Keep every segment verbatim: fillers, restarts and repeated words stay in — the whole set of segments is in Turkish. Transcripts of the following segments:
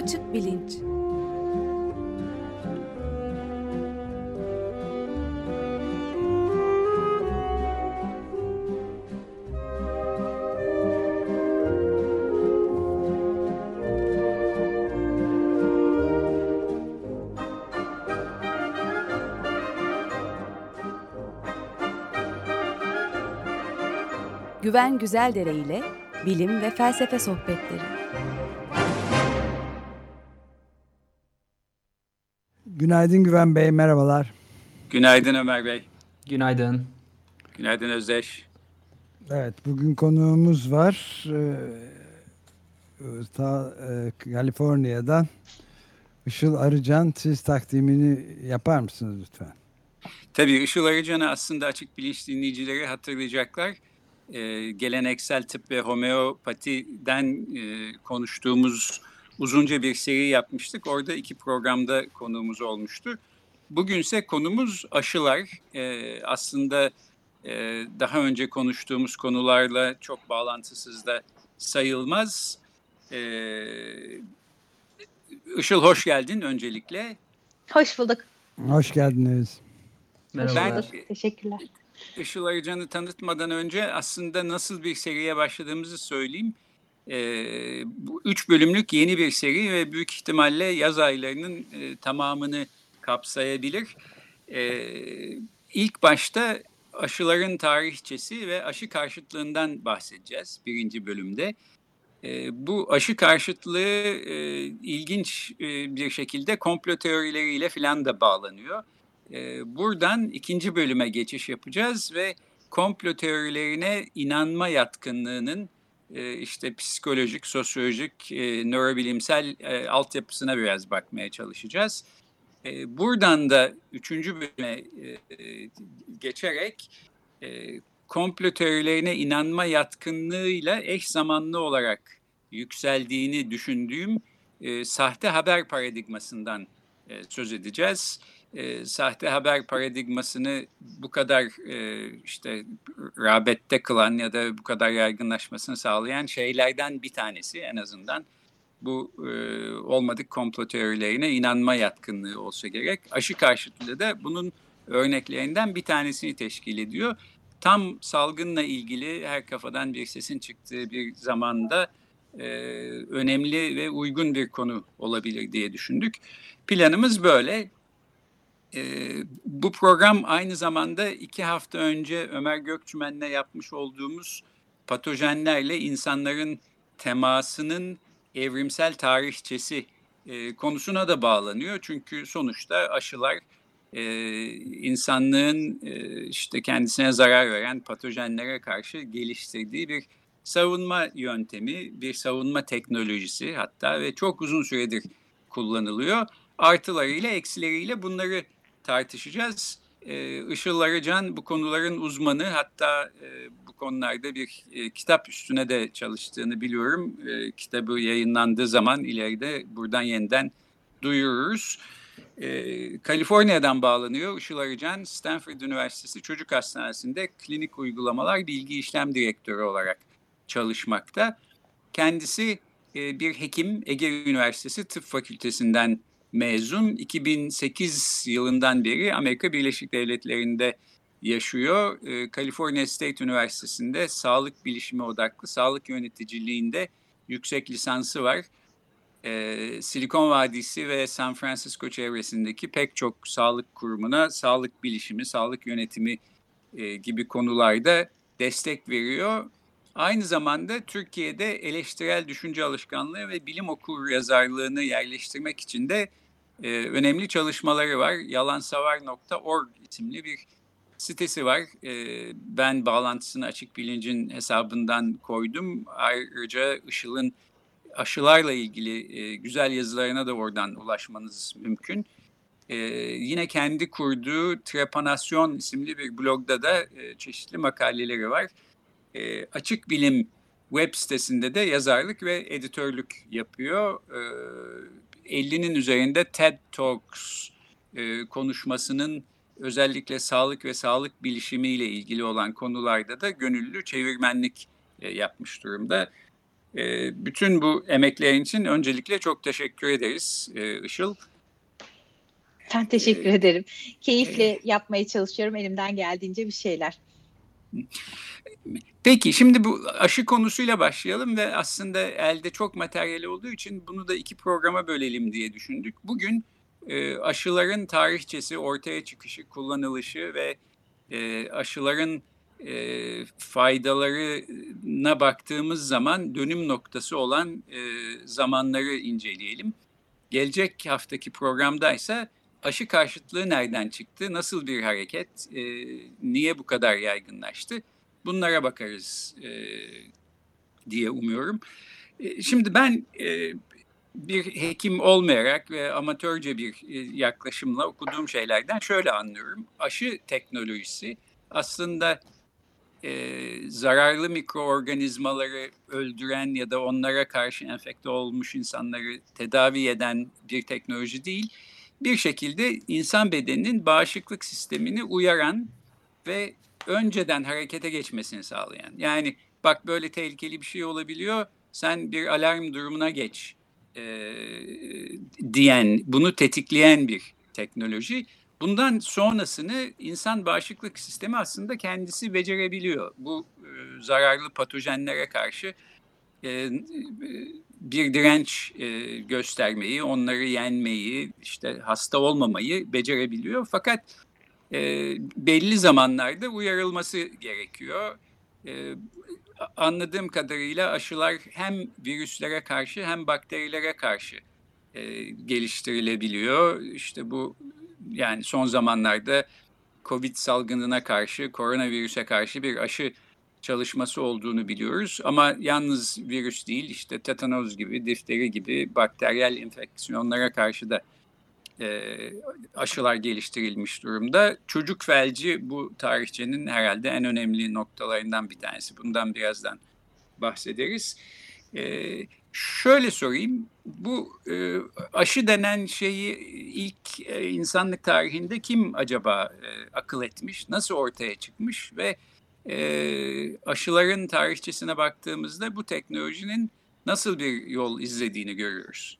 Açık Bilinç. Güven Güzeldere ile bilim ve felsefe sohbetleri. Günaydın Güven Bey, merhabalar. Günaydın Ömer Bey. Günaydın. Günaydın Özdeş. Evet, bugün konuğumuz var. Ee, ta e, Kaliforniya'dan Işıl Arıcan. Siz takdimini yapar mısınız lütfen? Tabii Işıl Arıcan'ı aslında Açık Bilinç dinleyicileri hatırlayacaklar. Ee, geleneksel tıp ve homeopatiden e, konuştuğumuz uzunca bir seri yapmıştık. Orada iki programda konuğumuz olmuştu. Bugünse konumuz aşılar. Ee, aslında e, daha önce konuştuğumuz konularla çok bağlantısız da sayılmaz. Ee, Işıl hoş geldin öncelikle. Hoş bulduk. Hoş geldiniz. Merhabalar. Ben, Teşekkürler. Işıl Arıcan'ı tanıtmadan önce aslında nasıl bir seriye başladığımızı söyleyeyim. Ee, bu üç bölümlük yeni bir seri ve büyük ihtimalle yaz aylarının e, tamamını kapsayabilir. Ee, ilk başta aşıların tarihçesi ve aşı karşıtlığından bahsedeceğiz birinci bölümde. Ee, bu aşı karşıtlığı e, ilginç e, bir şekilde komplo teorileriyle falan da bağlanıyor. Buradan ikinci bölüme geçiş yapacağız ve komplo teorilerine inanma yatkınlığının işte psikolojik, sosyolojik, nörobilimsel altyapısına biraz bakmaya çalışacağız. Buradan da üçüncü bölüme geçerek komplo teorilerine inanma yatkınlığıyla eş zamanlı olarak yükseldiğini düşündüğüm sahte haber paradigmasından söz edeceğiz. E, sahte haber paradigmasını bu kadar e, işte rağbette kılan ya da bu kadar yaygınlaşmasını sağlayan şeylerden bir tanesi en azından bu e, olmadık komplo teorilerine inanma yatkınlığı olsa gerek. Aşı karşıtlığı da bunun örneklerinden bir tanesini teşkil ediyor. Tam salgınla ilgili her kafadan bir sesin çıktığı bir zamanda e, önemli ve uygun bir konu olabilir diye düşündük. Planımız böyle. Ee, bu program aynı zamanda iki hafta önce Ömer Gökçümen'le yapmış olduğumuz patojenlerle insanların temasının evrimsel tarihçesi e, konusuna da bağlanıyor. Çünkü sonuçta aşılar e, insanlığın e, işte kendisine zarar veren patojenlere karşı geliştirdiği bir savunma yöntemi, bir savunma teknolojisi hatta ve çok uzun süredir kullanılıyor. Artılarıyla eksileriyle bunları tartışacağız. Ee, Işıl Arıcan bu konuların uzmanı, hatta e, bu konularda bir e, kitap üstüne de çalıştığını biliyorum. E, kitabı yayınlandığı zaman ileride buradan yeniden duyururuz. E, Kaliforniya'dan bağlanıyor Işıl Arıcan. Stanford Üniversitesi Çocuk Hastanesi'nde klinik uygulamalar bilgi işlem direktörü olarak çalışmakta. Kendisi e, bir hekim, Ege Üniversitesi Tıp Fakültesinden mezun. iki bin sekiz yılından beri Amerika Birleşik Devletleri'nde yaşıyor. Ee, California State Üniversitesi'nde sağlık bilişimi odaklı sağlık yöneticiliğinde yüksek lisansı var. Ee, Silikon Vadisi ve San Francisco çevresindeki pek çok sağlık kurumuna sağlık bilişimi, sağlık yönetimi e, gibi konularda destek veriyor. Aynı zamanda Türkiye'de eleştirel düşünce alışkanlığı ve bilim okur yazarlığını yerleştirmek için de e, önemli çalışmaları var. yalansavar nokta org isimli bir sitesi var. E, ben bağlantısını Açık Bilinc'in hesabından koydum. Ayrıca Işıl'ın aşılarla ilgili e, güzel yazılarına da oradan ulaşmanız mümkün. E, yine kendi kurduğu Trepanasyon isimli bir blogda da e, çeşitli makaleleri var. E, Açık Bilim web sitesinde de yazarlık ve editörlük yapıyor. E, ellinin üzerinde TED Talks e, konuşmasının özellikle sağlık ve sağlık bilişimiyle ilgili olan konularda da gönüllü çevirmenlik e, yapmış durumda. E, bütün bu emeklerin için öncelikle çok teşekkür ederiz e, Işıl. Ben teşekkür ee, ederim. Keyifle e, yapmaya çalışıyorum elimden geldiğince bir şeyler. Peki şimdi bu aşı konusuyla başlayalım ve aslında elde çok materyal olduğu için bunu da iki programa bölelim diye düşündük. Bugün e, aşıların tarihçesi, ortaya çıkışı, kullanılışı ve e, aşıların e, faydalarına baktığımız zaman dönüm noktası olan e, zamanları inceleyelim. Gelecek haftaki programdaysa aşı karşıtlığı nereden çıktı, nasıl bir hareket, e, niye bu kadar yaygınlaştı? Bunlara bakarız e, diye umuyorum. E, şimdi ben e, bir hekim olmayarak ve amatörce bir e, yaklaşımla okuduğum şeylerden şöyle anlıyorum. Aşı teknolojisi aslında e, zararlı mikroorganizmaları öldüren ya da onlara karşı enfekte olmuş insanları tedavi eden bir teknoloji değil. Bir şekilde insan bedeninin bağışıklık sistemini uyaran ve önceden harekete geçmesini sağlayan. Yani bak böyle tehlikeli bir şey olabiliyor, sen bir alarm durumuna geç e, diyen, bunu tetikleyen bir teknoloji. Bundan sonrasını insan bağışıklık sistemi aslında kendisi becerebiliyor. Bu e, zararlı patojenlere karşı e, bir direnç e, göstermeyi, onları yenmeyi, işte hasta olmamayı becerebiliyor. Fakat e, belli zamanlarda uyarılması gerekiyor. E, anladığım kadarıyla aşılar hem virüslere karşı hem bakterilere karşı e, geliştirilebiliyor. İşte bu yani son zamanlarda Covid salgınına karşı, koronavirüse karşı bir aşı çalışması olduğunu biliyoruz. Ama yalnız virüs değil, işte tetanoz gibi, difteri gibi bakteriyel enfeksiyonlara karşı da e, aşılar geliştirilmiş durumda. Çocuk felci bu tarihçenin herhalde en önemli noktalarından bir tanesi. Bundan birazdan bahsederiz. E, şöyle sorayım, bu e, aşı denen şeyi ilk e, insanlık tarihinde kim acaba e, akıl etmiş, nasıl ortaya çıkmış ve e, aşıların tarihçesine baktığımızda bu teknolojinin nasıl bir yol izlediğini görüyoruz.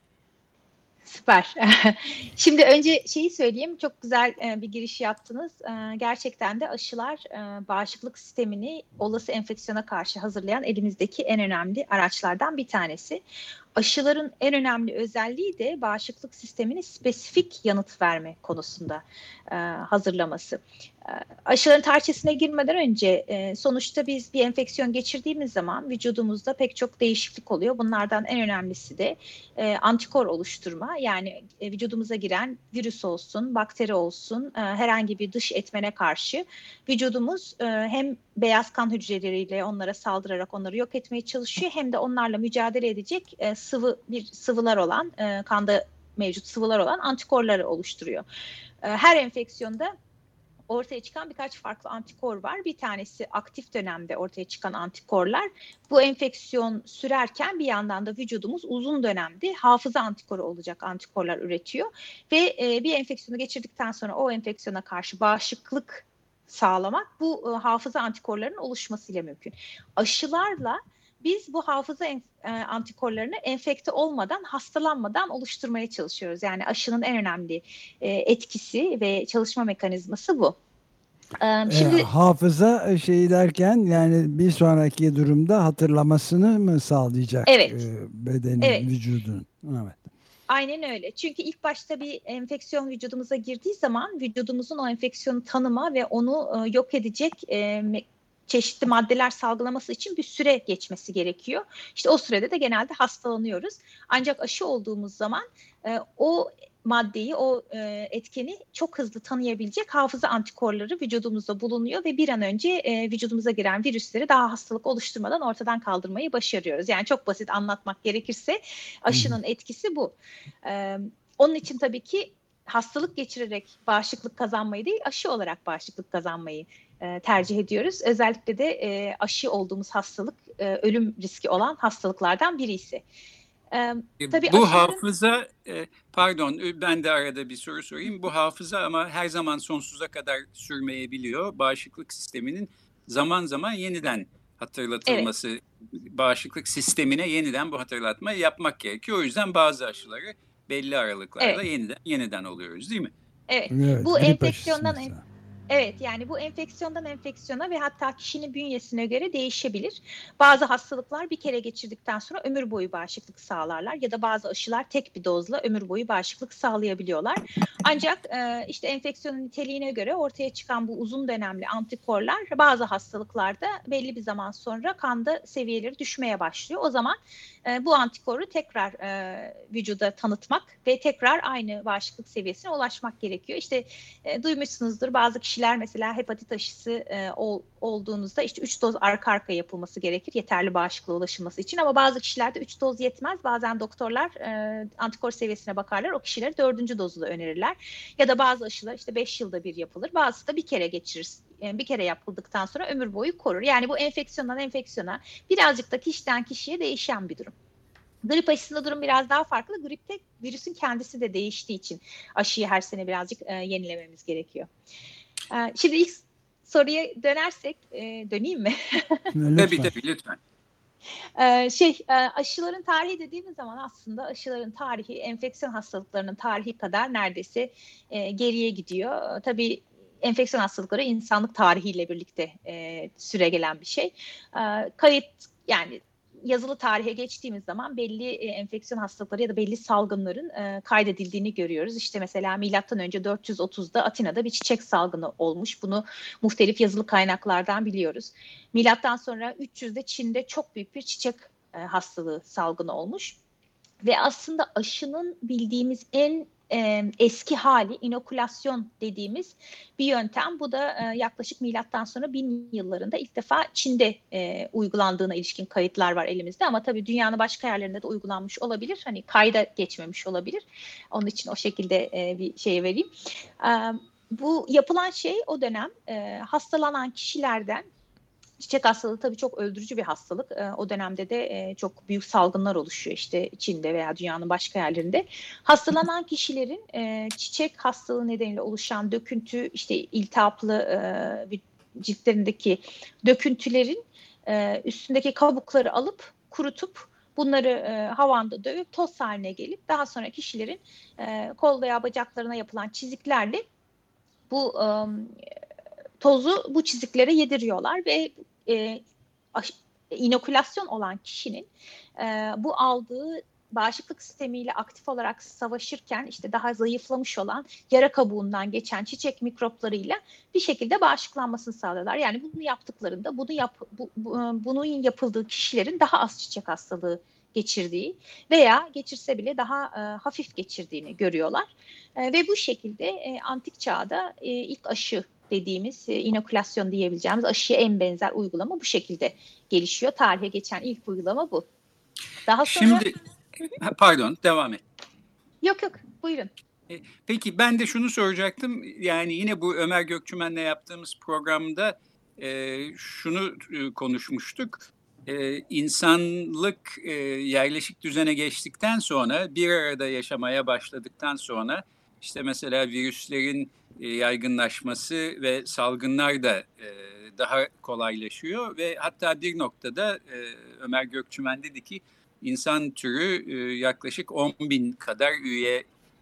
Süper. Şimdi önce şeyi söyleyeyim, çok güzel bir giriş yaptınız. Gerçekten de aşılar bağışıklık sistemini olası enfeksiyona karşı hazırlayan elimizdeki en önemli araçlardan bir tanesi. Aşıların en önemli özelliği de bağışıklık sistemini spesifik yanıt verme konusunda e, hazırlaması. E, aşıların tarihçesine girmeden önce e, sonuçta biz bir enfeksiyon geçirdiğimiz zaman vücudumuzda pek çok değişiklik oluyor. Bunlardan en önemlisi de e, antikor oluşturma. Yani e, vücudumuza giren virüs olsun, bakteri olsun, e, herhangi bir dış etmene karşı vücudumuz e, hem beyaz kan hücreleriyle onlara saldırarak onları yok etmeye çalışıyor, hem de onlarla mücadele edecek e, sıvı bir sıvılar olan, e, kanda mevcut sıvılar olan antikorları oluşturuyor. E, her enfeksiyonda ortaya çıkan birkaç farklı antikor var. Bir tanesi aktif dönemde ortaya çıkan antikorlar. Bu enfeksiyon sürerken bir yandan da vücudumuz uzun dönemde hafıza antikoru olacak antikorlar üretiyor ve e, bir enfeksiyonu geçirdikten sonra o enfeksiyona karşı bağışıklık sağlamak bu e, hafıza antikorlarının oluşmasıyla mümkün. Aşılarla biz bu hafıza en, e, antikorlarını enfekte olmadan, hastalanmadan oluşturmaya çalışıyoruz. Yani aşının en önemli e, etkisi ve çalışma mekanizması bu. E, Şimdi e, hafıza şeyi derken yani bir sonraki durumda hatırlamasını mı sağlayacak evet. e, bedenin, evet. vücudun? Evet. Aynen öyle. Çünkü ilk başta bir enfeksiyon vücudumuza girdiği zaman vücudumuzun o enfeksiyonu tanıma ve onu e, yok edecek e, çeşitli maddeler salgılaması için bir süre geçmesi gerekiyor. İşte o sürede de genelde hastalanıyoruz. Ancak aşı olduğumuz zaman e, o maddeyi, o e, etkeni çok hızlı tanıyabilecek hafıza antikorları vücudumuzda bulunuyor ve bir an önce e, vücudumuza giren virüsleri daha hastalık oluşturmadan ortadan kaldırmayı başarıyoruz. Yani çok basit anlatmak gerekirse aşının etkisi bu. E, onun için tabii ki hastalık geçirerek bağışıklık kazanmayı değil, aşı olarak bağışıklık kazanmayı e, tercih ediyoruz. Özellikle de e, aşı olduğumuz hastalık e, ölüm riski olan hastalıklardan biri ise. Ee, tabii bu aşıların... hafıza, e, pardon ben de arada bir soru sorayım. Bu hafıza ama her zaman sonsuza kadar sürmeyebiliyor. Bağışıklık sisteminin zaman zaman yeniden hatırlatılması, evet. Bağışıklık sistemine yeniden bu hatırlatmayı yapmak gerekiyor. O yüzden bazı aşıları belli aralıklarla evet. yeniden yeniden oluyoruz, değil mi? Evet. evet bu enfeksiyondan Evet, yani bu enfeksiyondan enfeksiyona ve hatta kişinin bünyesine göre değişebilir. Bazı hastalıklar bir kere geçirdikten sonra ömür boyu bağışıklık sağlarlar ya da bazı aşılar tek bir dozla ömür boyu bağışıklık sağlayabiliyorlar. Ancak e, işte enfeksiyonun niteliğine göre ortaya çıkan bu uzun dönemli antikorlar bazı hastalıklarda belli bir zaman sonra kanda seviyeleri düşmeye başlıyor. O zaman e, bu antikoru tekrar e, vücuda tanıtmak ve tekrar aynı bağışıklık seviyesine ulaşmak gerekiyor. İşte e, duymuşsunuzdur, bazı kişiler Kişiler mesela hepatit aşısı e, ol, olduğunuzda işte üç doz arka arkaya yapılması gerekir yeterli bağışıklığa ulaşılması için, ama bazı kişilerde üç doz yetmez. Bazen doktorlar e, antikor seviyesine bakarlar, o kişileri dördüncü dozu da önerirler. Ya da bazı aşılar işte beş yılda bir yapılır, bazısı da bir kere geçirir. Yani bir kere yapıldıktan sonra ömür boyu korur. Yani bu enfeksiyondan enfeksiyona birazcık da kişiden kişiye değişen bir durum. Grip aşısında durum biraz daha farklı. Gripte virüsün kendisi de değiştiği için aşıyı her sene birazcık e, yenilememiz gerekiyor. Şimdi ilk soruya dönersek, döneyim mi? Tabii tabii lütfen. Şey, aşıların tarihi dediğimiz zaman aslında aşıların tarihi enfeksiyon hastalıklarının tarihi kadar neredeyse geriye gidiyor. Tabii enfeksiyon hastalıkları insanlık tarihiyle birlikte süregelen bir şey. Kayıt, yani yazılı tarihe geçtiğimiz zaman belli e, enfeksiyon hastalıkları ya da belli salgınların e, kaydedildiğini görüyoruz. İşte mesela milattan önce dört yüz otuzda Atina'da bir çiçek salgını olmuş. Bunu muhtelif yazılı kaynaklardan biliyoruz. Milattan sonra üç yüzde Çin'de çok büyük bir çiçek e, hastalığı salgını olmuş. Ve aslında aşının bildiğimiz en e, eski hali inokülasyon dediğimiz bir yöntem. Bu da e, yaklaşık milattan sonra bin yıllarında ilk defa Çin'de e, uygulandığına ilişkin kayıtlar var elimizde. Ama tabii dünyanın başka yerlerinde de uygulanmış olabilir. Hani kayda geçmemiş olabilir. Onun için o şekilde e, bir şey vereyim. E, bu yapılan şey o dönem e, hastalanan kişilerden, çiçek hastalığı tabii çok öldürücü bir hastalık. E, o dönemde de e, çok büyük salgınlar oluşuyor işte Çin'de veya dünyanın başka yerlerinde. Hastalanan kişilerin e, çiçek hastalığı nedeniyle oluşan döküntü, işte iltihaplı e, ciltlerindeki döküntülerin e, üstündeki kabukları alıp kurutup bunları e, havanda dövüp toz haline gelip daha sonra kişilerin e, kol veya bacaklarına yapılan çiziklerle bu e, tozu bu çiziklere yediriyorlar ve e, inokülasyon olan kişinin e, bu aldığı bağışıklık sistemiyle aktif olarak savaşırken işte daha zayıflamış olan yara kabuğundan geçen çiçek mikroplarıyla bir şekilde bağışıklanmasını sağlıyorlar. Yani bunu yaptıklarında bunu yap, bu, bu, bunun yapıldığı kişilerin daha az çiçek hastalığı geçirdiği veya geçirse bile daha e, hafif geçirdiğini görüyorlar. E, ve bu şekilde e, antik çağda e, ilk aşı dediğimiz e, inokülasyon diyebileceğimiz aşıya en benzer uygulama bu şekilde gelişiyor. Tarihe geçen ilk uygulama bu. Daha sonra... Şimdi, pardon, devam et. Yok yok, buyurun. Peki ben de şunu soracaktım. Yani yine bu Ömer Gökçümen'le yaptığımız programda e, şunu e, konuşmuştuk. E, insanlık e, yerleşik düzene geçtikten sonra, bir arada yaşamaya başladıktan sonra, işte mesela virüslerin e, yaygınlaşması ve salgınlar da e, daha kolaylaşıyor ve hatta bir noktada e, Ömer Gökçümen dedi ki insan türü e, yaklaşık on bin kadar üye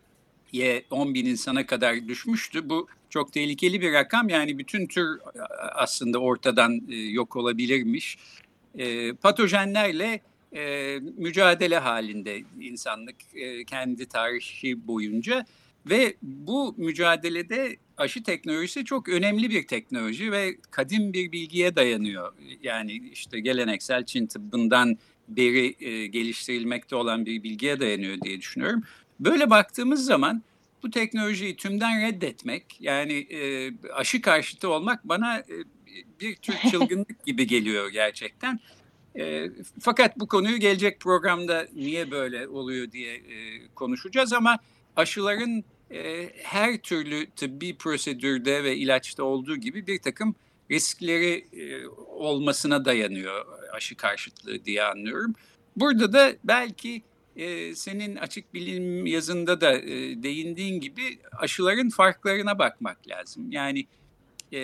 on bin insana kadar düşmüştü. Bu çok tehlikeli bir rakam. Yani bütün tür aslında ortadan e, yok olabilirmiş. E, patojenlerle e, mücadele halinde insanlık e, kendi tarihi boyunca ve bu mücadelede aşı teknolojisi çok önemli bir teknoloji ve kadim bir bilgiye dayanıyor. Yani işte geleneksel Çin tıbbından beri e, geliştirilmekte olan bir bilgiye dayanıyor diye düşünüyorum. Böyle baktığımız zaman bu teknolojiyi tümden reddetmek, yani e, aşı karşıtı olmak bana e, bir tür çılgınlık gibi geliyor gerçekten. E, fakat bu konuyu gelecek programda niye böyle oluyor diye e, konuşacağız ama aşıların e, her türlü tıbbi prosedürde ve ilaçta olduğu gibi bir takım riskleri e, olmasına dayanıyor aşı karşıtlığı diye anlıyorum. Burada da belki e, senin açık bilim yazında da e, değindiğin gibi aşıların farklarına bakmak lazım. Yani e,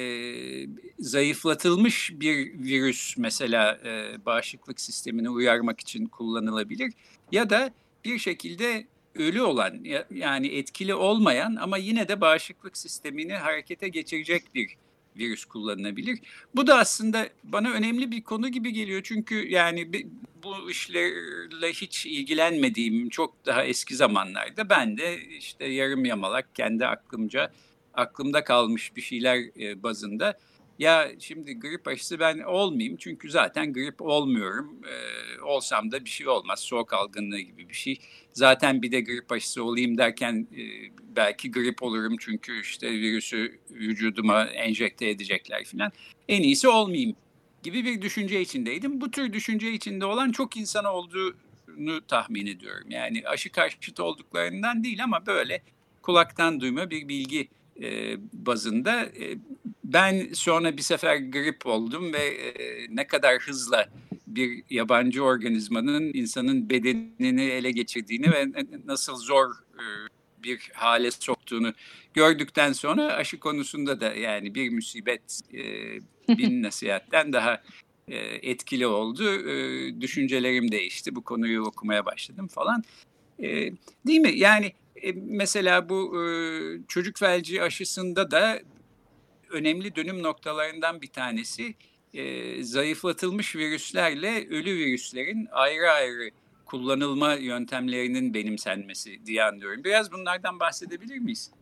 zayıflatılmış bir virüs mesela e, bağışıklık sistemini uyarmak için kullanılabilir. Ya da bir şekilde ölü olan, yani etkili olmayan ama yine de bağışıklık sistemini harekete geçirecek bir virüs kullanılabilir. Bu da aslında bana önemli bir konu gibi geliyor. Çünkü yani bu işlerle hiç ilgilenmediğim çok daha eski zamanlarda ben de işte yarım yamalak kendi aklımca aklımda kalmış bir şeyler bazında ya şimdi grip aşısı ben olmayayım çünkü zaten grip olmuyorum. Ee, olsam da bir şey olmaz. Soğuk algınlığı gibi bir şey. Zaten bir de grip aşısı olayım derken e, belki grip olurum çünkü işte virüsü vücuduma enjekte edecekler falan. En iyisi olmayayım gibi bir düşünce içindeydim. Bu tür düşünce içinde olan çok insan olduğunu tahmin ediyorum. Yani aşı karşıtı olduklarından değil ama böyle kulaktan duyma bir bilgi e, bazında. E, ben sonra bir sefer grip oldum ve e, ne kadar hızla bir yabancı organizmanın insanın bedenini ele geçirdiğini ve nasıl zor e, bir hale soktuğunu gördükten sonra aşı konusunda da yani bir musibet e, bin nasihatten daha e, etkili oldu. E, düşüncelerim değişti. Bu konuyu okumaya başladım falan. E, değil mi? Yani e, mesela bu e, çocuk felci aşısında da önemli dönüm noktalarından bir tanesi e, zayıflatılmış virüslerle ölü virüslerin ayrı ayrı kullanılma yöntemlerinin benimsenmesi diye anlıyorum. Biraz bunlardan bahsedebilir miyiz?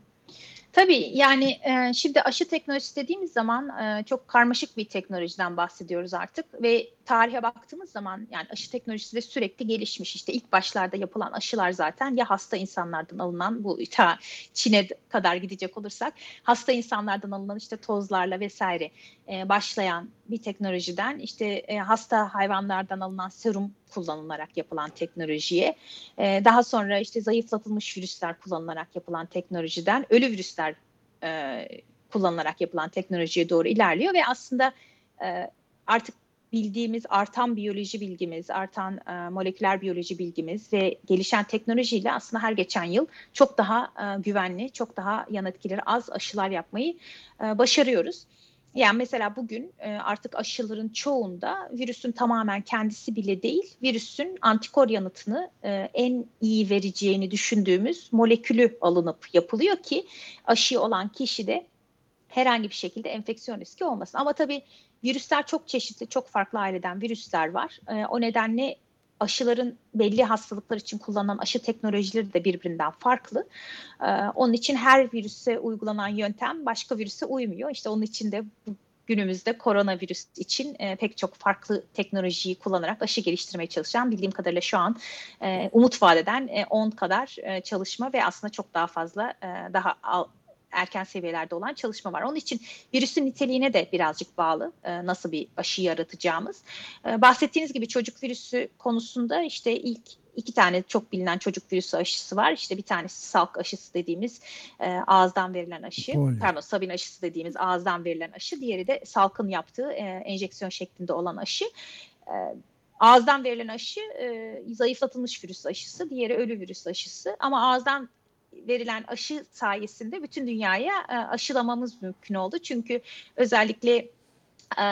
Tabii yani e, şimdi aşı teknolojisi dediğimiz zaman e, çok karmaşık bir teknolojiden bahsediyoruz artık ve tarihe baktığımız zaman yani aşı teknolojisi de sürekli gelişmiş. İşte ilk başlarda yapılan aşılar zaten ya hasta insanlardan alınan bu ta Çin'e kadar gidecek olursak hasta insanlardan alınan işte tozlarla vesaire e, başlayan bir teknolojiden işte e, hasta hayvanlardan alınan serum kullanılarak yapılan teknolojiye e, daha sonra işte zayıflatılmış virüsler kullanılarak yapılan teknolojiden ölü virüsler e, kullanılarak yapılan teknolojiye doğru ilerliyor ve aslında e, artık bildiğimiz artan biyoloji bilgimiz, artan e, moleküler biyoloji bilgimiz ve gelişen teknolojiyle aslında her geçen yıl çok daha e, güvenli, çok daha yan etkileri az aşılar yapmayı e, başarıyoruz. Yani mesela bugün e, artık aşıların çoğunda virüsün tamamen kendisi bile değil, virüsün antikor yanıtını e, en iyi vereceğini düşündüğümüz molekülü alınıp yapılıyor ki aşı olan kişi de herhangi bir şekilde enfeksiyon riski olmasın. Ama tabii virüsler çok çeşitli, çok farklı aileden virüsler var. E, o nedenle aşıların belli hastalıklar için kullanılan aşı teknolojileri de birbirinden farklı. Ee, onun için her virüse uygulanan yöntem başka virüse uymuyor. İşte onun için de günümüzde koronavirüs için e, pek çok farklı teknolojiyi kullanarak aşı geliştirmeye çalışan, bildiğim kadarıyla şu an e, umut vadeden e, on kadar e, çalışma ve aslında çok daha fazla e, daha al, erken seviyelerde olan çalışma var. Onun için virüsün niteliğine de birazcık bağlı e, nasıl bir aşı yaratacağımız. E, bahsettiğiniz gibi çocuk virüsü konusunda işte ilk iki tane çok bilinen çocuk virüsü aşısı var. İşte bir tanesi salk aşısı dediğimiz e, ağızdan verilen aşı. Polio. Pardon, Sabin aşısı dediğimiz ağızdan verilen aşı. Diğeri de salkın yaptığı e, enjeksiyon şeklinde olan aşı. E, ağızdan verilen aşı e, zayıflatılmış virüs aşısı. Diğeri ölü virüs aşısı. Ama ağızdan verilen aşı sayesinde bütün dünyaya e, aşılamamız mümkün oldu. Çünkü özellikle e,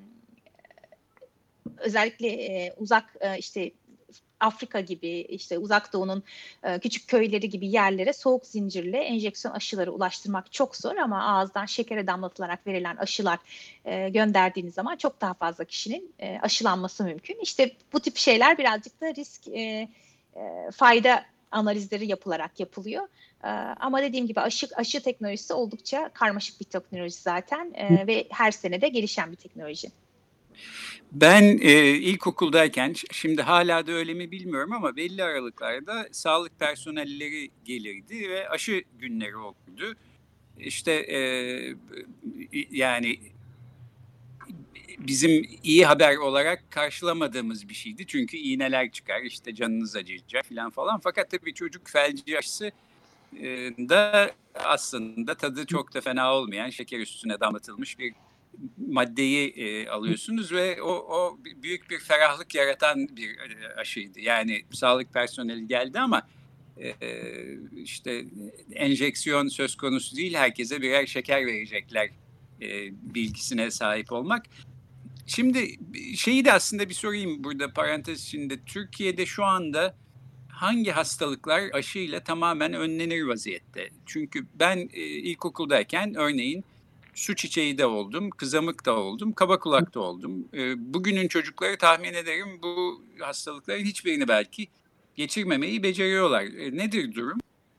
özellikle e, uzak e, işte Afrika gibi işte Uzak Doğu'nun e, küçük köyleri gibi yerlere soğuk zincirle enjeksiyon aşıları ulaştırmak çok zor ama ağızdan şekere damlatılarak verilen aşılar e, gönderdiğiniz zaman çok daha fazla kişinin e, aşılanması mümkün. İşte bu tip şeyler birazcık da risk e, e, fayda analizleri yapılarak yapılıyor. Ee, ama dediğim gibi aşı, aşı teknolojisi oldukça karmaşık bir teknoloji zaten ee, ve her sene de gelişen bir teknoloji. Ben e, ilkokuldayken, şimdi hala da öyle mi bilmiyorum ama belli aralıklarda sağlık personelleri gelirdi ve aşı günleri olurdu. İşte e, yani bizim iyi haber olarak karşılamadığımız bir şeydi. Çünkü iğneler çıkar, işte canınız acıyacak falan falan. Fakat tabii çocuk felci aşısı da aslında tadı çok da fena olmayan şeker üstüne damlatılmış bir maddeyi e, alıyorsunuz ve o, o büyük bir ferahlık yaratan bir aşıydı. Yani sağlık personeli geldi ama e, işte enjeksiyon söz konusu değil, herkese birer şeker verecekler e, bilgisine sahip olmak. Şimdi şeyi de aslında bir sorayım burada parantez içinde. Türkiye'de şu anda hangi hastalıklar aşıyla tamamen önlenir vaziyette? Çünkü ben e, ilkokuldayken örneğin su çiçeği de oldum, kızamık da oldum, kaba kulak da oldum. E, bugünün çocukları tahmin ederim bu hastalıkların hiçbirini belki geçirmemeyi beceriyorlar. E, nedir durum?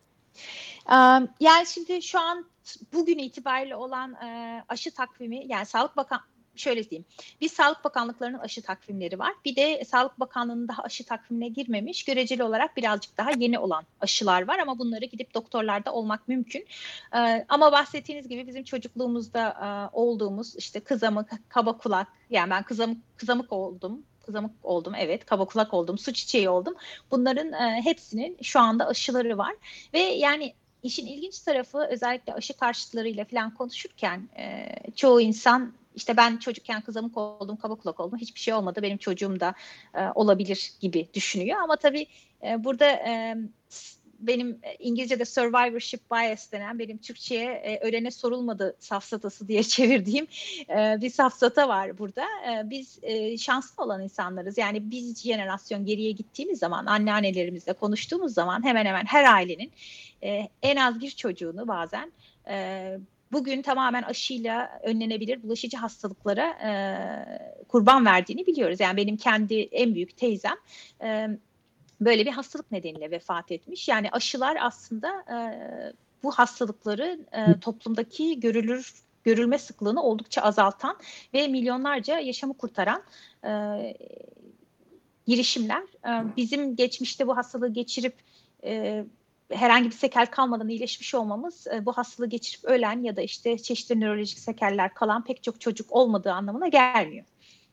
Yani şimdi şu an bugün itibariyle olan aşı takvimi, yani Sağlık Bakan şöyle diyeyim. Bir Sağlık Bakanlıklarının aşı takvimleri var. Bir de Sağlık Bakanlığı'nın daha aşı takvimine girmemiş, göreceli olarak birazcık daha yeni olan aşılar var ama bunları gidip doktorlarda olmak mümkün. Ee, ama bahsettiğiniz gibi bizim çocukluğumuzda e, olduğumuz işte kızamık, kaba kulak, yani ben kızamık kızamık oldum. Kızamık oldum, evet, kaba kulak oldum, su çiçeği oldum. Bunların e, hepsinin şu anda aşıları var ve yani İşin ilginç tarafı, özellikle aşı karşıtlarıyla falan konuşurken e, çoğu insan işte ben çocukken kızamık oldum, kaba kulak oldum, hiçbir şey olmadı, benim çocuğum da e, olabilir gibi düşünüyor. Ama tabii e, burada e, benim İngilizce'de survivorship bias denen, benim Türkçe'ye e, ölene sorulmadı safsatası diye çevirdiğim e, bir safsata var burada. E, biz e, şanslı olan insanlarız. Yani biz jenerasyon geriye gittiğimiz zaman, anneannelerimizle konuştuğumuz zaman hemen hemen her ailenin e, en az bir çocuğunu bazen e, bugün tamamen aşıyla önlenebilir bulaşıcı hastalıklara e, kurban verdiğini biliyoruz. Yani benim kendi en büyük teyzem e, böyle bir hastalık nedeniyle vefat etmiş. Yani aşılar aslında e, bu hastalıkları e, toplumdaki görülür görülme sıklığını oldukça azaltan ve milyonlarca yaşamı kurtaran e, girişimler. E, bizim geçmişte bu hastalığı geçirip e, herhangi bir sekel kalmadan iyileşmiş olmamız e, bu hastalığı geçirip ölen ya da işte çeşitli nörolojik sekeller kalan pek çok çocuk olmadığı anlamına gelmiyor.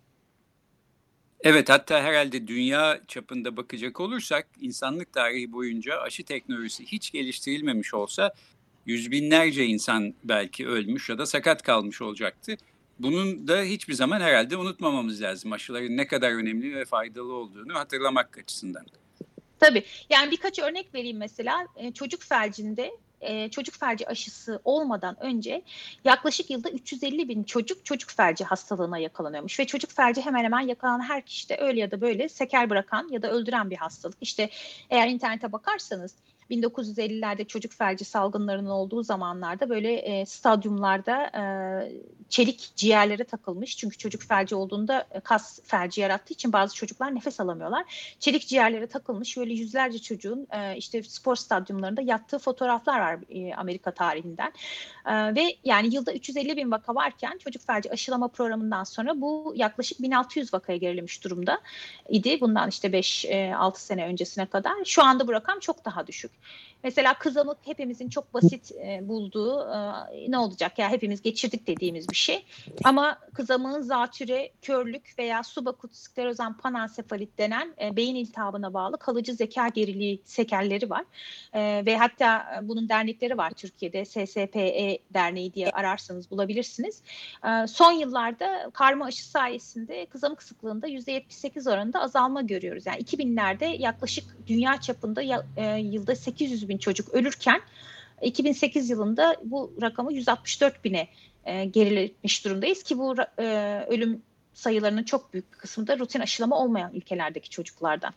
Evet, hatta herhalde dünya çapında bakacak olursak insanlık tarihi boyunca aşı teknolojisi hiç geliştirilmemiş olsa yüz binlerce insan belki ölmüş ya da sakat kalmış olacaktı. Bunun da hiçbir zaman herhalde unutmamamız lazım. Aşıların ne kadar önemli ve faydalı olduğunu hatırlamak açısından. Tabii. Yani birkaç örnek vereyim mesela. Çocuk felcinde, çocuk felci aşısı olmadan önce yaklaşık yılda üç yüz elli bin çocuk çocuk felci hastalığına yakalanıyormuş ve çocuk felci hemen hemen yakalanan her kişide öyle ya da böyle sekel bırakan ya da öldüren bir hastalık. İşte eğer internete bakarsanız bin dokuz yüz ellilerde çocuk felci salgınlarının olduğu zamanlarda böyle e, stadyumlarda e, çelik ciğerlere takılmış. Çünkü çocuk felci olduğunda e, kas felci yarattığı için bazı çocuklar nefes alamıyorlar. Çelik ciğerlere takılmış böyle yüzlerce çocuğun e, işte spor stadyumlarında yattığı fotoğraflar var e, Amerika tarihinden. E, ve yani yılda üç yüz elli bin vaka varken çocuk felci aşılama programından sonra bu yaklaşık bin altı yüz vakaya gerilemiş durumda idi. Bundan işte beş altı sene öncesine kadar. Şu anda bu rakam çok daha düşük. Mesela kızamık hepimizin çok basit e, bulduğu e, ne olacak ya hepimiz geçirdik dediğimiz bir şey. Ama kızamığın zatüre, körlük veya subaakut sklerozan panensefalit denen e, beyin iltihabına bağlı kalıcı zeka geriliği sekelleri var. E, ve hatta bunun dernekleri var Türkiye'de. S S P E derneği diye ararsanız bulabilirsiniz. E, son yıllarda karma aşı sayesinde kızamık sıklığında yüzde yetmiş sekiz oranında azalma görüyoruz. Yani iki binlerde yaklaşık dünya çapında ya, e, yılda sekiz yüz bin çocuk ölürken iki bin sekiz yılında bu rakamı yüz altmış dört bine e, gerilemiş durumdayız ki bu e, ölüm sayılarının çok büyük kısmı da rutin aşılama olmayan ülkelerdeki çocuklardan.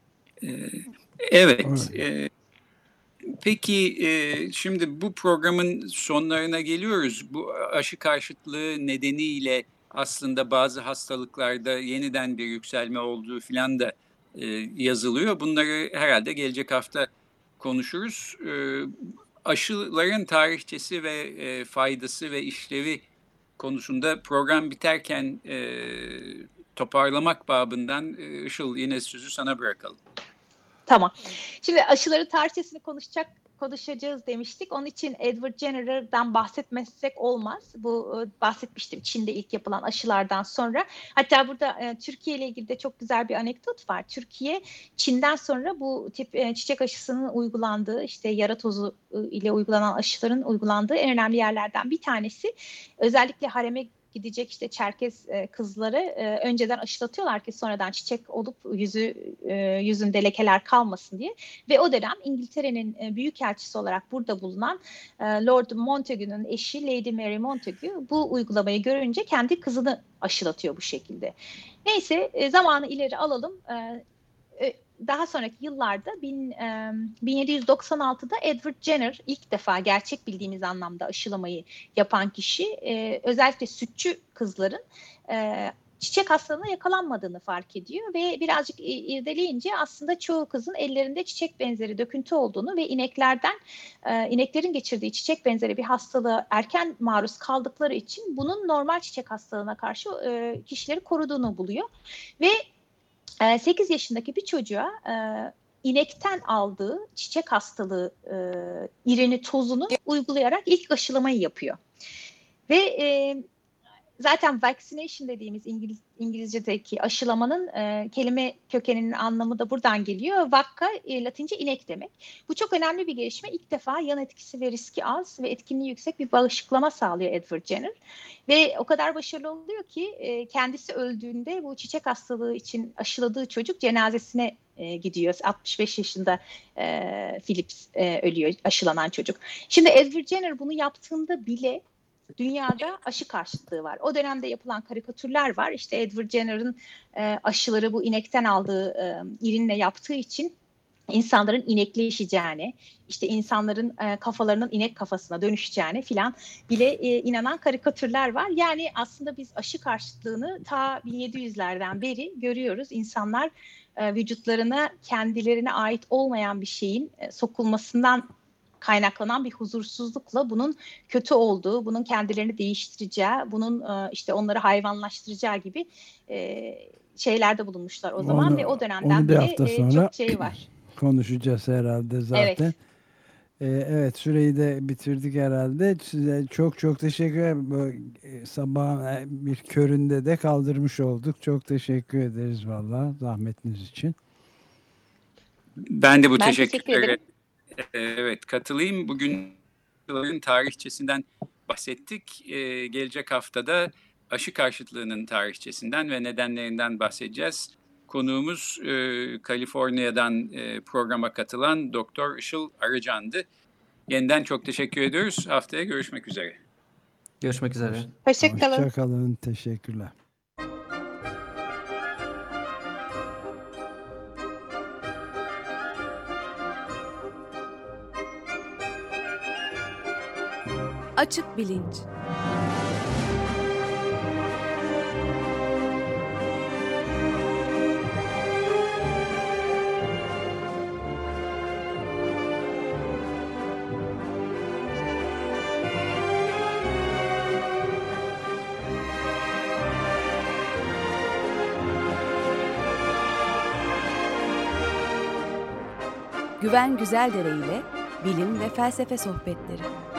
Evet. E, peki e, şimdi bu programın sonlarına geliyoruz. Bu aşı karşıtlığı nedeniyle aslında bazı hastalıklarda yeniden bir yükselme olduğu filan da e, yazılıyor. Bunları herhalde gelecek hafta konuşuruz. E, aşıların tarihçesi ve e, faydası ve işlevi konusunda program biterken e, toparlamak babından e, Işıl, yine sözü sana bırakalım. Tamam. Şimdi aşıları tarihçesini konuşacak konuşacağız demiştik. Onun için Edward Jenner'dan bahsetmezsek olmaz. Bu bahsetmiştim Çin'de ilk yapılan aşılardan sonra. Hatta burada e, Türkiye ile ilgili de çok güzel bir anekdot var. Türkiye Çin'den sonra bu tip e, çiçek aşısının uygulandığı, işte yara tozu ile uygulanan aşıların uygulandığı en önemli yerlerden bir tanesi. Özellikle hareme gidecek işte Çerkez e, kızları e, önceden aşılatıyorlar ki sonradan çiçek olup yüzü e, yüzünde lekeler kalmasın diye. Ve o dönem İngiltere'nin e, büyükelçisi olarak burada bulunan e, Lord Montagu'nun eşi Lady Mary Montagu bu uygulamayı görünce kendi kızını aşılatıyor bu şekilde. Neyse e, zamanı ileri alalım. E, e, Daha sonraki yıllarda bin yedi yüz doksan altıda Edward Jenner ilk defa gerçek bildiğimiz anlamda aşılamayı yapan kişi e, özellikle sütçü kızların e, çiçek hastalığına yakalanmadığını fark ediyor ve birazcık irdeleyince aslında çoğu kızın ellerinde çiçek benzeri döküntü olduğunu ve ineklerden e, ineklerin geçirdiği çiçek benzeri bir hastalığa erken maruz kaldıkları için bunun normal çiçek hastalığına karşı e, kişileri koruduğunu buluyor ve sekiz yaşındaki bir çocuğa e, inekten aldığı çiçek hastalığı e, irini tozunu uygulayarak ilk aşılamayı yapıyor. Ve e, zaten vaccination dediğimiz İngiliz, İngilizce'deki aşılamanın e, kelime kökeninin anlamı da buradan geliyor. Vacca e, Latince inek demek. Bu çok önemli bir gelişme. İlk defa yan etkisi ve riski az ve etkinliği yüksek bir bağışıklama sağlıyor Edward Jenner. Ve o kadar başarılı oluyor ki e, kendisi öldüğünde bu çiçek hastalığı için aşıladığı çocuk cenazesine e, gidiyor. altmış beş yaşında e, Phillips e, ölüyor, aşılanan çocuk. Şimdi Edward Jenner bunu yaptığında bile dünyada aşı karşıtlığı var. O dönemde yapılan karikatürler var. İşte Edward Jenner'ın e, aşıları bu inekten aldığı e, irinle yaptığı için insanların inekleşeceğini, işte insanların e, kafalarının inek kafasına dönüşeceğini filan bile e, inanan karikatürler var. Yani aslında biz aşı karşıtlığını ta bin yedi yüzlerden beri görüyoruz. İnsanlar e, vücutlarına kendilerine ait olmayan bir şeyin e, sokulmasından kaynaklanan bir huzursuzlukla bunun kötü olduğu, bunun kendilerini değiştireceği, bunun işte onları hayvanlaştıracağı gibi şeylerde bulunmuşlar o zaman onu, ve o dönemden beri çok şey var. Konuşacağız herhalde zaten. Evet. Ee, evet, süreyi de bitirdik herhalde. Size çok çok teşekkür ederim. Sabahın bir köründe de kaldırmış olduk. Çok teşekkür ederiz vallahi zahmetiniz için. Ben de bu ben teşekkürlere evet katılayım. Bugün tarihçesinden bahsettik. Ee, gelecek haftada aşı karşıtlığının tarihçesinden ve nedenlerinden bahsedeceğiz. Konuğumuz e, Kaliforniya'dan e, programa katılan Doktor Işıl Arıcan'dı. Yeniden çok teşekkür ediyoruz. Haftaya görüşmek üzere. Görüşmek üzere. Hoşçakalın. Hoşçakalın. Teşekkürler. Açık Bilinç. Güven Güzeldere ile bilim ve felsefe sohbetleri.